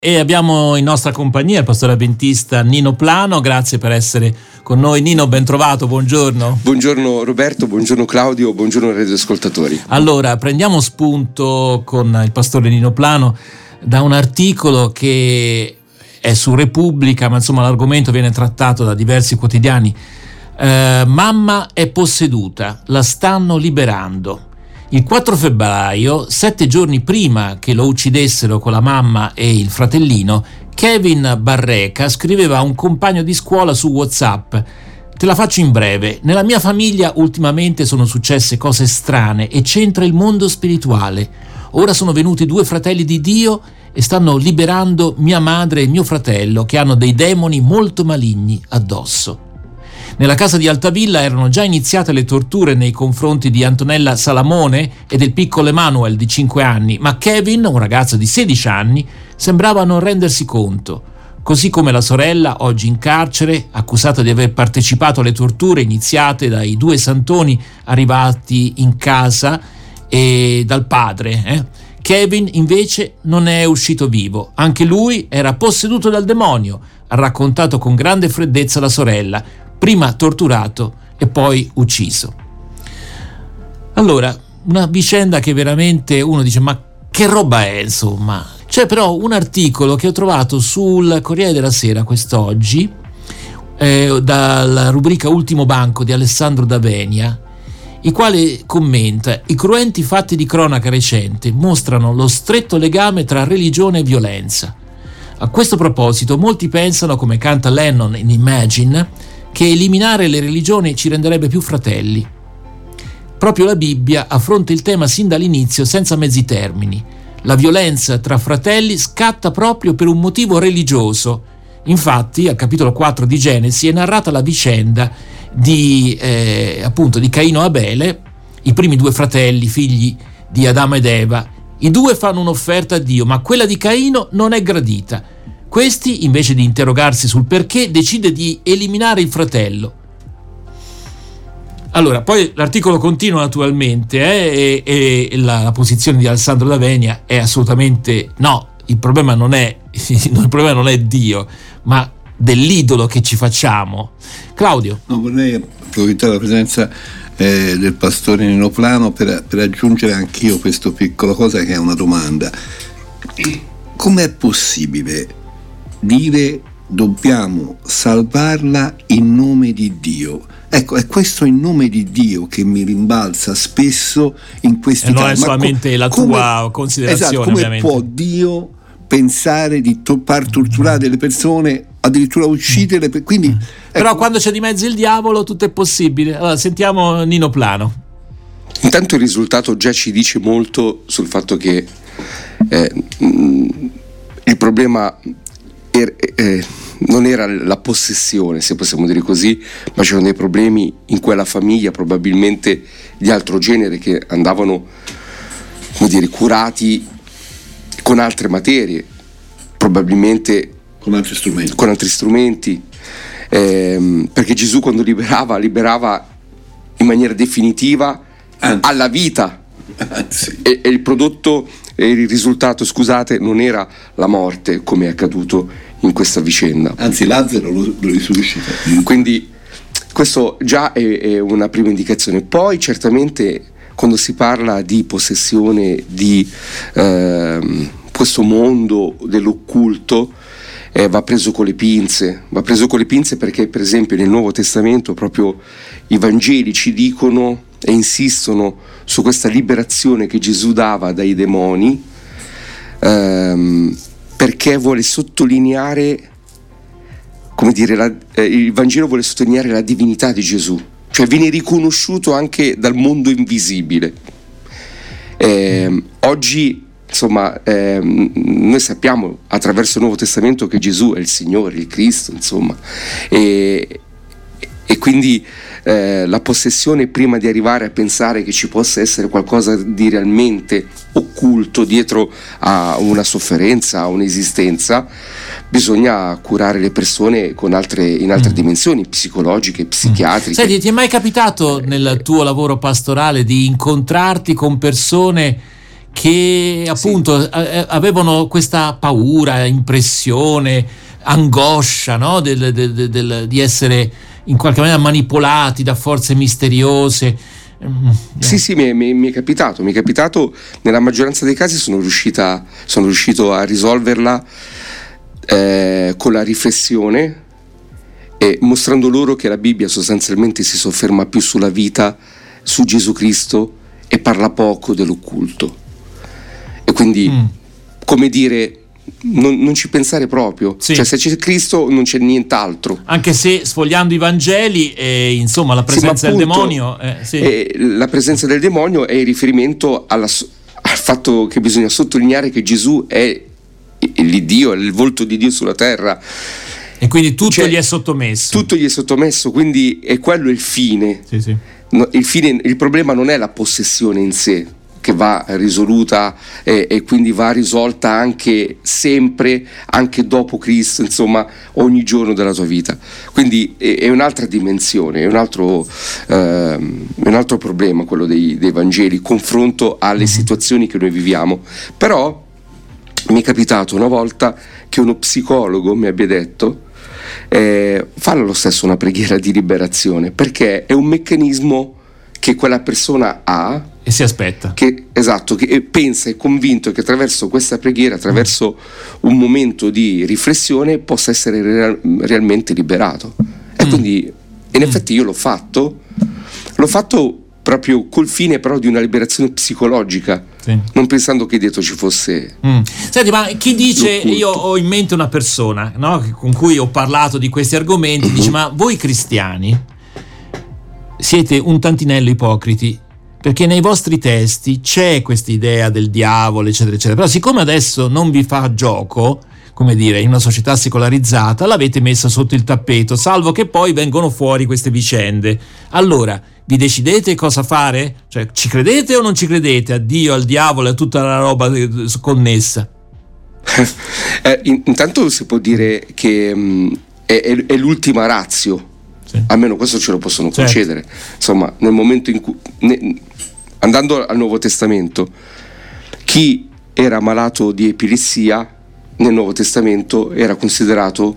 E abbiamo in nostra compagnia il pastore avventista Nino Plano. Grazie per essere con noi. Nino, ben trovato, buongiorno. Buongiorno Roberto, buongiorno Claudio, buongiorno radioascoltatori. Allora, prendiamo spunto con il pastore Nino Plano da un articolo che è su Repubblica, ma insomma l'argomento viene trattato da diversi quotidiani. Mamma è posseduta, la stanno liberando. Il 4 febbraio, 7 giorni prima che lo uccidessero con la mamma e il fratellino, Kevin Barreca scriveva a un compagno di scuola su WhatsApp: te la faccio in breve, nella mia famiglia ultimamente sono successe cose strane e c'entra il mondo spirituale. Ora sono venuti 2 fratelli di Dio e stanno liberando mia madre e mio fratello, che hanno dei demoni molto maligni addosso. Nella casa di Altavilla erano già iniziate le torture nei confronti di Antonella Salamone e del piccolo Emanuel di 5 anni, ma Kevin, un ragazzo di 16 anni, sembrava non rendersi conto, così come la sorella, oggi in carcere, accusata di aver partecipato alle torture iniziate dai 2 santoni arrivati in casa e dal padre. Kevin invece non è uscito vivo, anche lui era posseduto dal demonio, ha raccontato con grande freddezza la sorella, prima torturato e poi ucciso. Allora, una vicenda che veramente uno dice: ma che roba è, insomma? C'è però un articolo che ho trovato sul Corriere della Sera quest'oggi, dalla rubrica Ultimo Banco di Alessandro D'Avenia, il quale commenta: i cruenti fatti di cronaca recente mostrano lo stretto legame tra religione e violenza. A questo proposito molti pensano, come canta Lennon in Imagine, che eliminare le religioni ci renderebbe più fratelli. Proprio la Bibbia affronta il tema sin dall'inizio senza mezzi termini. La violenza tra fratelli scatta proprio per un motivo religioso. Infatti, al capitolo 4 di Genesi è narrata la vicenda di Caino e Abele, i primi 2 fratelli, figli di Adamo ed Eva. I 2 fanno un'offerta a Dio, ma quella di Caino non è gradita. Questi, invece di interrogarsi sul perché, decide di eliminare il fratello. Allora, poi l'articolo continua naturalmente e la posizione di Alessandro D'Avenia è assolutamente no, il problema non è Dio, ma dell'idolo che ci facciamo. Claudio? No, vorrei approfittare della presenza del pastore Nino Plano per aggiungere anch'io questa piccola cosa, che è una domanda. Com'è possibile dire dobbiamo salvarla in nome di Dio? Ecco, è questo in nome di Dio che mi rimbalza spesso in questi casi. Non è solamente la tua considerazione, esatto, come ovviamente. Può Dio pensare di far torturare delle persone, addirittura ucciderle? Quindi, ecco. Però quando c'è di mezzo il diavolo tutto è possibile. Allora, sentiamo Nino Plano. Intanto il risultato già ci dice molto sul fatto che il problema non era la possessione, se possiamo dire così, ma c'erano dei problemi in quella famiglia, probabilmente di altro genere, che andavano, curati con altre materie, probabilmente con altri strumenti. Perché Gesù, quando liberava in maniera definitiva alla vita. E il prodotto e il risultato, non era la morte, come è accaduto in questa vicenda. Anzi, Lazzaro lo risuscita. Quindi questo già è una prima indicazione. Poi certamente quando si parla di possessione di questo mondo dell'occulto, va preso con le pinze, perché per esempio nel Nuovo Testamento proprio i Vangeli ci dicono e insistono su questa liberazione che Gesù dava dai demoni, perché vuole sottolineare, il Vangelo vuole sottolineare la divinità di Gesù, cioè viene riconosciuto anche dal mondo invisibile. Oggi noi sappiamo attraverso il Nuovo Testamento che Gesù è il Signore, il Cristo, e quindi la possessione, prima di arrivare a pensare che ci possa essere qualcosa di realmente occulto dietro a una sofferenza, a un'esistenza, bisogna curare le persone in altre dimensioni psicologiche, psichiatriche. Senti, ti è mai capitato nel tuo lavoro pastorale di incontrarti con persone che appunto avevano questa paura, impressione, angoscia, no? Di essere in qualche maniera manipolati da forze misteriose. Sì, mi è capitato, nella maggioranza dei casi sono riuscito a risolverla con la riflessione, e mostrando loro che la Bibbia sostanzialmente si sofferma più sulla vita, su Gesù Cristo, e parla poco dell'occulto. E quindi, come dire, non ci pensare proprio, sì. Cioè se c'è Cristo non c'è nient'altro. Anche se sfogliando i Vangeli, insomma, la presenza del demonio, la presenza del demonio è il riferimento al fatto che bisogna sottolineare che Gesù è l'Iddio, è il volto di Dio sulla terra, e quindi tutto gli è sottomesso, quindi è quello il fine. Sì. No, il problema non è la possessione in sé, che va risoluta e quindi va risolta anche sempre, anche dopo Cristo, insomma, ogni giorno della tua vita. Quindi è un'altra dimensione, è un altro problema quello dei Vangeli, confronto alle situazioni che noi viviamo. Però mi è capitato una volta che uno psicologo mi abbia detto: fallo lo stesso una preghiera di liberazione, perché è un meccanismo che quella persona ha e si aspetta, che pensa, è convinto che attraverso questa preghiera, attraverso un momento di riflessione, possa essere realmente liberato. E quindi in effetti io l'ho fatto proprio col fine però di una liberazione psicologica, non pensando che dietro ci fosse Senti, ma chi dice l'occulto. Io ho in mente una persona, no, con cui ho parlato di questi argomenti, dice: ma voi cristiani siete un tantinello ipocriti, perché nei vostri testi c'è questa idea del diavolo, eccetera eccetera, però siccome adesso non vi fa gioco, come dire, in una società secolarizzata, l'avete messa sotto il tappeto, salvo che poi vengono fuori queste vicende. Allora vi decidete cosa fare? Cioè, ci credete o non ci credete a Dio, al diavolo e a tutta la roba connessa? Intanto si può dire che è l'ultima ratio. Sì. Almeno questo ce lo possono concedere. Insomma, nel momento in cui, andando al Nuovo Testamento, chi era malato di epilessia nel Nuovo Testamento era considerato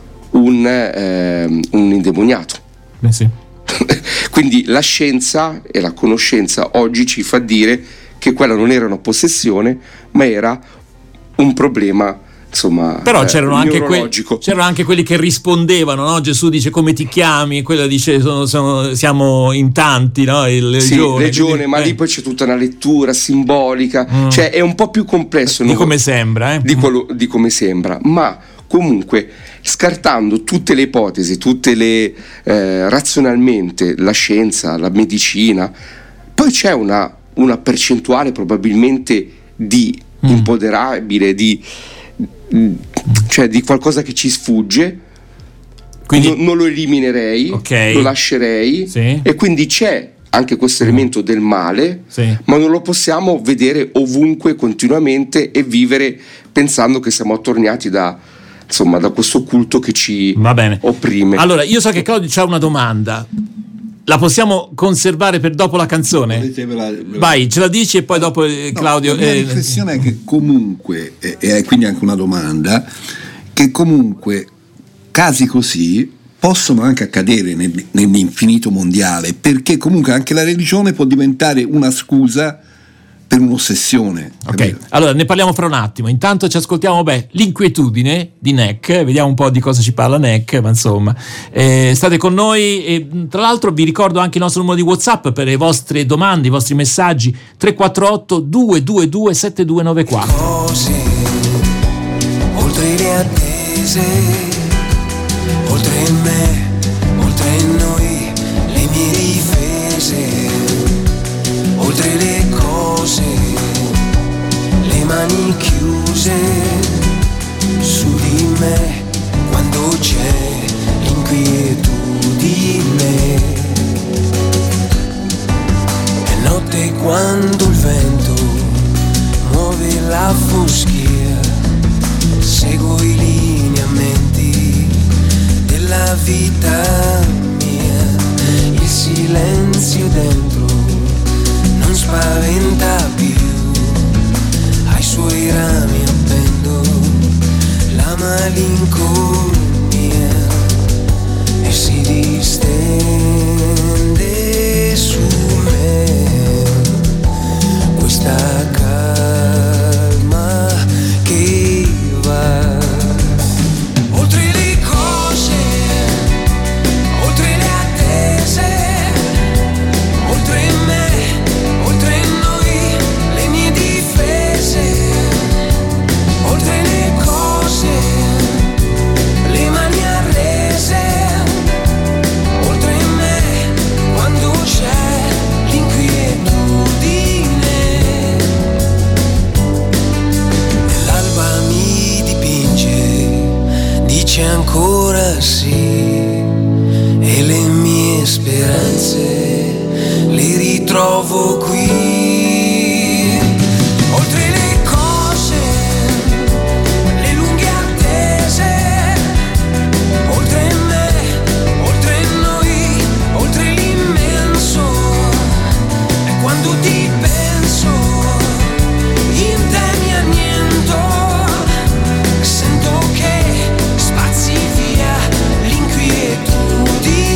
un indemoniato. Sì. Quindi la scienza e la conoscenza oggi ci fa dire che quella non era una possessione, ma era un problema, insomma, però c'erano anche quelli che rispondevano, no? Gesù dice: come ti chiami? Quella dice: siamo in tanti, no? Legione, quindi, ma lì poi c'è tutta una lettura simbolica, cioè è un po' più complesso di come sembra, di come sembra, ma comunque, scartando tutte le ipotesi, tutte le razionalmente, la scienza, la medicina, poi c'è una percentuale probabilmente di imponderabile, cioè di qualcosa che ci sfugge. Quindi non lo eliminerei, lo lascerei, e quindi c'è anche questo elemento del male, ma non lo possiamo vedere ovunque continuamente e vivere pensando che siamo attorniati da questo culto che ci opprime. Allora, io so che Claudio c'ha una domanda. La possiamo conservare per dopo la canzone? Vai, ce la dici e poi dopo Claudio. La mia riflessione è che comunque, e quindi anche una domanda, che comunque casi così possono anche accadere nell'infinito mondiale, perché comunque anche la religione può diventare una scusa per un'ossessione. Ok, capito? allora ne parliamo fra un attimo. Intanto ci ascoltiamo L'inquietudine di Neck, vediamo un po' di cosa ci parla Neck, ma insomma state con noi, e tra l'altro vi ricordo anche il nostro numero di WhatsApp per le vostre domande, i vostri messaggi: 348 222 7294. Cose oltre le attese, oltre me, oltre noi, le mie difese, oltre le cose, le mani chiuse su di me, quando c'è l'inquietudine. È notte quando il vento muove la foschia, seguo i lineamenti della vita mia, il silenzio dentro non spaventa più, suoi rami appendo la malinconia e si distende su me questa calma che va oltre le cose, oltre le attese, oltre me, oltre noi, le mie difese, oltre le cose, le mani arrese, oltre me, quando c'è l'inquietudine, l'alba mi dipinge, dice ancora sì, e le mie speranze le ritrovo qui, oltre le cose, le lunghe attese, oltre me, oltre noi, oltre l'immenso, e quando ti penso, in te mi anniento, sento che spazi via l'inquietudine,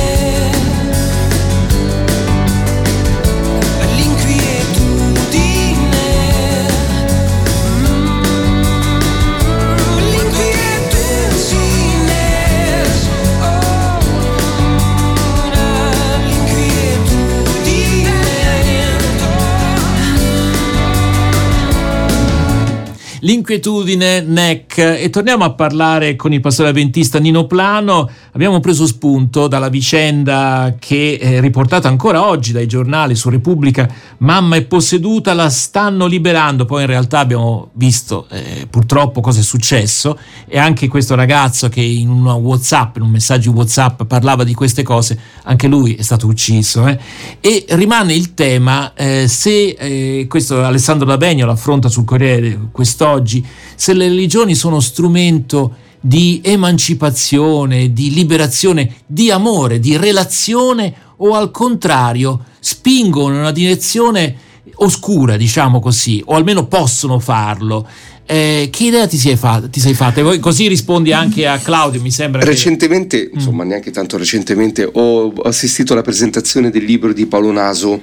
L'inquietudine, NEC. E torniamo a parlare con il pastore avventista Nino Plano. Abbiamo preso spunto dalla vicenda che è riportata ancora oggi dai giornali su Repubblica. Mamma è posseduta, la stanno liberando. Poi in realtà abbiamo visto purtroppo cosa è successo, e anche questo ragazzo che in un WhatsApp, in un messaggio WhatsApp parlava di queste cose, anche lui è stato ucciso. E rimane il tema se questo Alessandro D'Avegno l'affronta sul Corriere quest'oggi, se le religioni sono strumento di emancipazione, di liberazione, di amore, di relazione, o al contrario spingono in una direzione oscura, diciamo così, o almeno possono farlo. Che idea ti sei fatta? Così rispondi anche a Claudio, mi sembra. Recentemente, insomma neanche tanto recentemente, ho assistito alla presentazione del libro di Paolo Naso,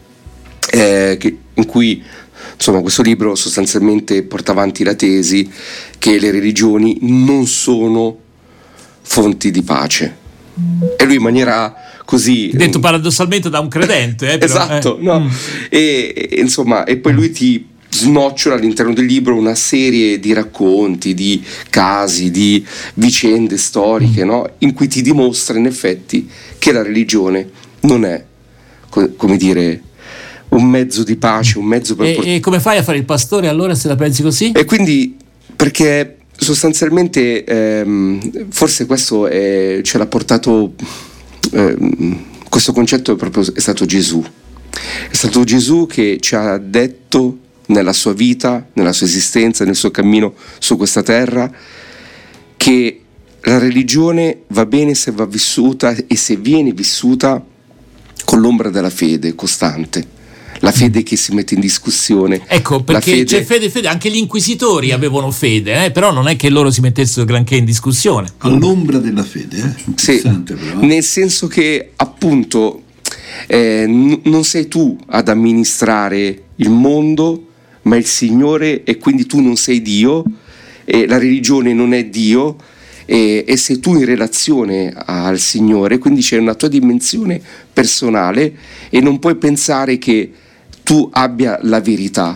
in cui insomma questo libro sostanzialmente porta avanti la tesi che le religioni non sono fonti di pace, e lui in maniera così detto paradossalmente da un credente però, esatto, no? E insomma, e poi lui ti snocciola all'interno del libro una serie di racconti, di casi, di vicende storiche, no? In cui ti dimostra in effetti che la religione non è, come dire, un mezzo di pace, un mezzo per e come fai a fare il pastore allora, se la pensi così? E quindi, perché sostanzialmente forse questo ce l'ha portato, questo concetto è stato Gesù. È stato Gesù che ci ha detto nella sua vita, nella sua esistenza, nel suo cammino su questa terra, che la religione va bene se va vissuta, e se viene vissuta con l'ombra della fede costante. La fede che si mette in discussione. Ecco, perché c'è fede, anche gli inquisitori avevano fede, però non è che loro si mettessero granché in discussione. All'ombra della fede, sì, però. Nel senso che appunto non sei tu ad amministrare il mondo, ma il Signore, e quindi tu non sei Dio, e la religione non è Dio, e sei tu in relazione al Signore, quindi c'è una tua dimensione personale, e non puoi pensare che tu abbia la verità,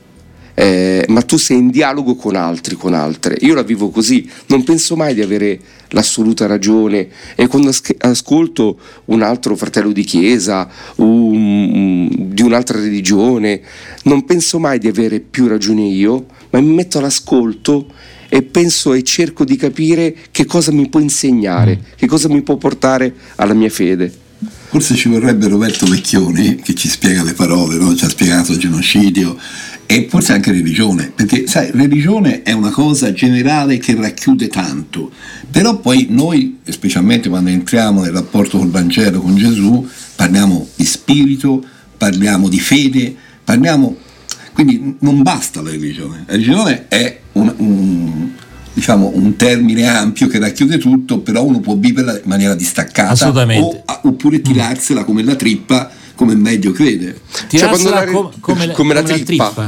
ma tu sei in dialogo con altri, con altre. Io la vivo così, non penso mai di avere l'assoluta ragione, e quando ascolto un altro fratello di chiesa di un'altra religione, non penso mai di avere più ragione io, ma mi metto all'ascolto e penso e cerco di capire che cosa mi può insegnare, che cosa mi può portare alla mia fede. Forse ci vorrebbe Roberto Vecchioni che ci spiega le parole, no? Ci ha spiegato genocidio e forse anche religione, perché sai, religione è una cosa generale che racchiude tanto, però poi noi, specialmente quando entriamo nel rapporto col Vangelo, con Gesù, parliamo di spirito, parliamo di fede, parliamo Quindi non basta la religione è diciamo un termine ampio che racchiude tutto, però uno può viverla in maniera distaccata. Assolutamente. Oppure tirarsela come la trippa, come meglio crede. Tirarsela come la trippa.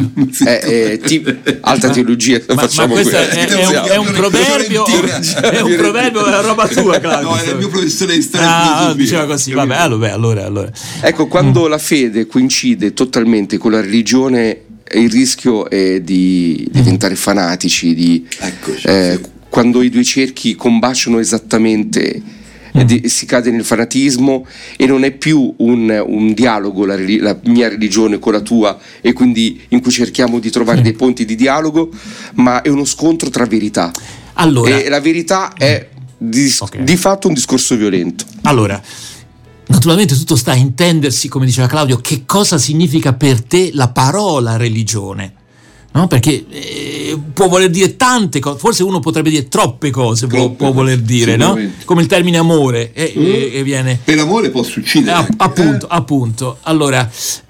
Alta teologia. Ma questo è un proverbio, è un proverbio, è una roba tua, Claudio. No, era il mio professore di storia. Diceva così, vabbè, allora. Ecco, quando la fede coincide totalmente con la religione, il rischio è di diventare fanatici, quando i due cerchi combaciano esattamente, si cade nel fanatismo e non è più un dialogo la mia religione con la tua, e quindi in cui cerchiamo di trovare dei ponti di dialogo, ma è uno scontro tra verità. Allora, e la verità è di fatto un discorso violento. Allora, naturalmente tutto sta a intendersi, come diceva Claudio, che cosa significa per te la parola religione, no? Perché può voler dire tante cose, forse uno potrebbe dire troppe cose, può voler dire, no? Come il termine amore, e viene... Per l'amore può succedere. Appunto. Allora,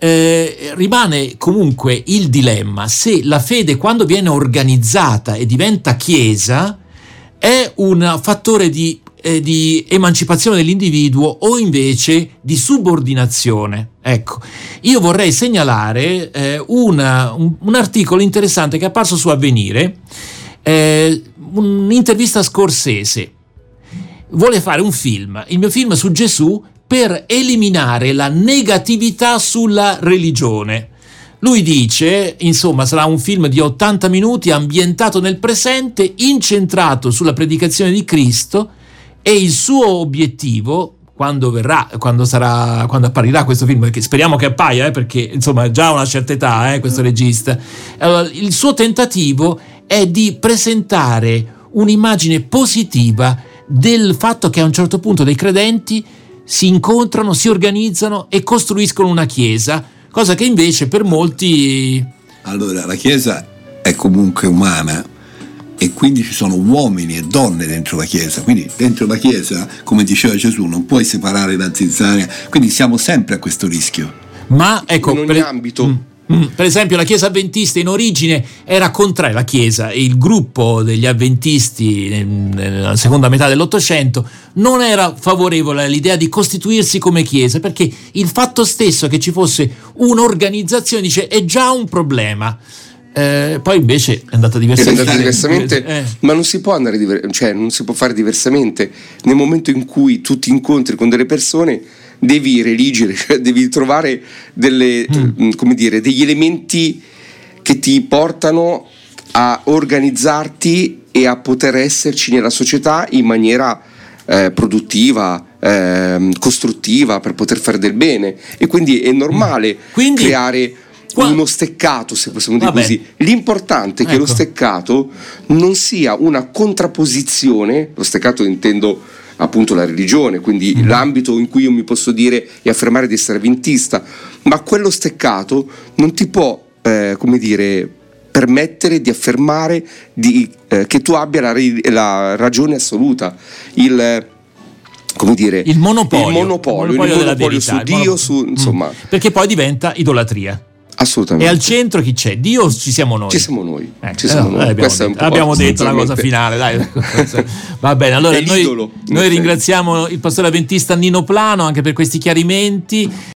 rimane comunque il dilemma se la fede, quando viene organizzata e diventa chiesa, è un fattore di emancipazione dell'individuo o invece di subordinazione. Ecco, io vorrei segnalare un articolo interessante che è apparso su Avvenire, un'intervista a Scorsese. Vuole fare un film, il mio film su Gesù, per eliminare la negatività sulla religione. Lui dice, insomma, sarà un film di 80 minuti ambientato nel presente, incentrato sulla predicazione di Cristo, e il suo obiettivo, quando apparirà questo film, perché speriamo che appaia, perché insomma già ha una certa età, questo regista, allora, il suo tentativo è di presentare un'immagine positiva del fatto che a un certo punto dei credenti si incontrano, si organizzano e costruiscono una chiesa, cosa che invece per molti... Allora, la chiesa è comunque umana, e quindi ci sono uomini e donne dentro la chiesa, quindi dentro la chiesa, come diceva Gesù, non puoi separare la zizzania, quindi siamo sempre a questo rischio. Ma ecco, in ogni ambito. Per esempio la Chiesa Adventista in origine era contraria, la Chiesa e il gruppo degli Adventisti nella seconda metà dell'Ottocento non era favorevole all'idea di costituirsi come Chiesa, perché il fatto stesso che ci fosse un'organizzazione, dice, è già un problema. Poi invece è andata diversamente, ma non si può andare non si può fare diversamente. Nel momento in cui tu ti incontri con delle persone, devi religere, cioè devi trovare degli elementi che ti portano a organizzarti e a poter esserci nella società in maniera produttiva, costruttiva, per poter fare del bene. E quindi è normale creare uno steccato, se possiamo dire così. L'importante è che lo steccato non sia una contrapposizione, lo steccato intendo appunto la religione, quindi l'ambito in cui io mi posso dire e affermare di essere avventista, ma quello steccato non ti può permettere di affermare che tu abbia la ragione assoluta, il monopolio della verità, su Dio, insomma, perché poi diventa idolatria. Assolutamente. E al centro chi c'è? Dio, ci siamo noi. Ci siamo noi. Abbiamo detto la cosa finale, dai. Va bene, allora noi ringraziamo il pastore avventista Nino Plano anche per questi chiarimenti.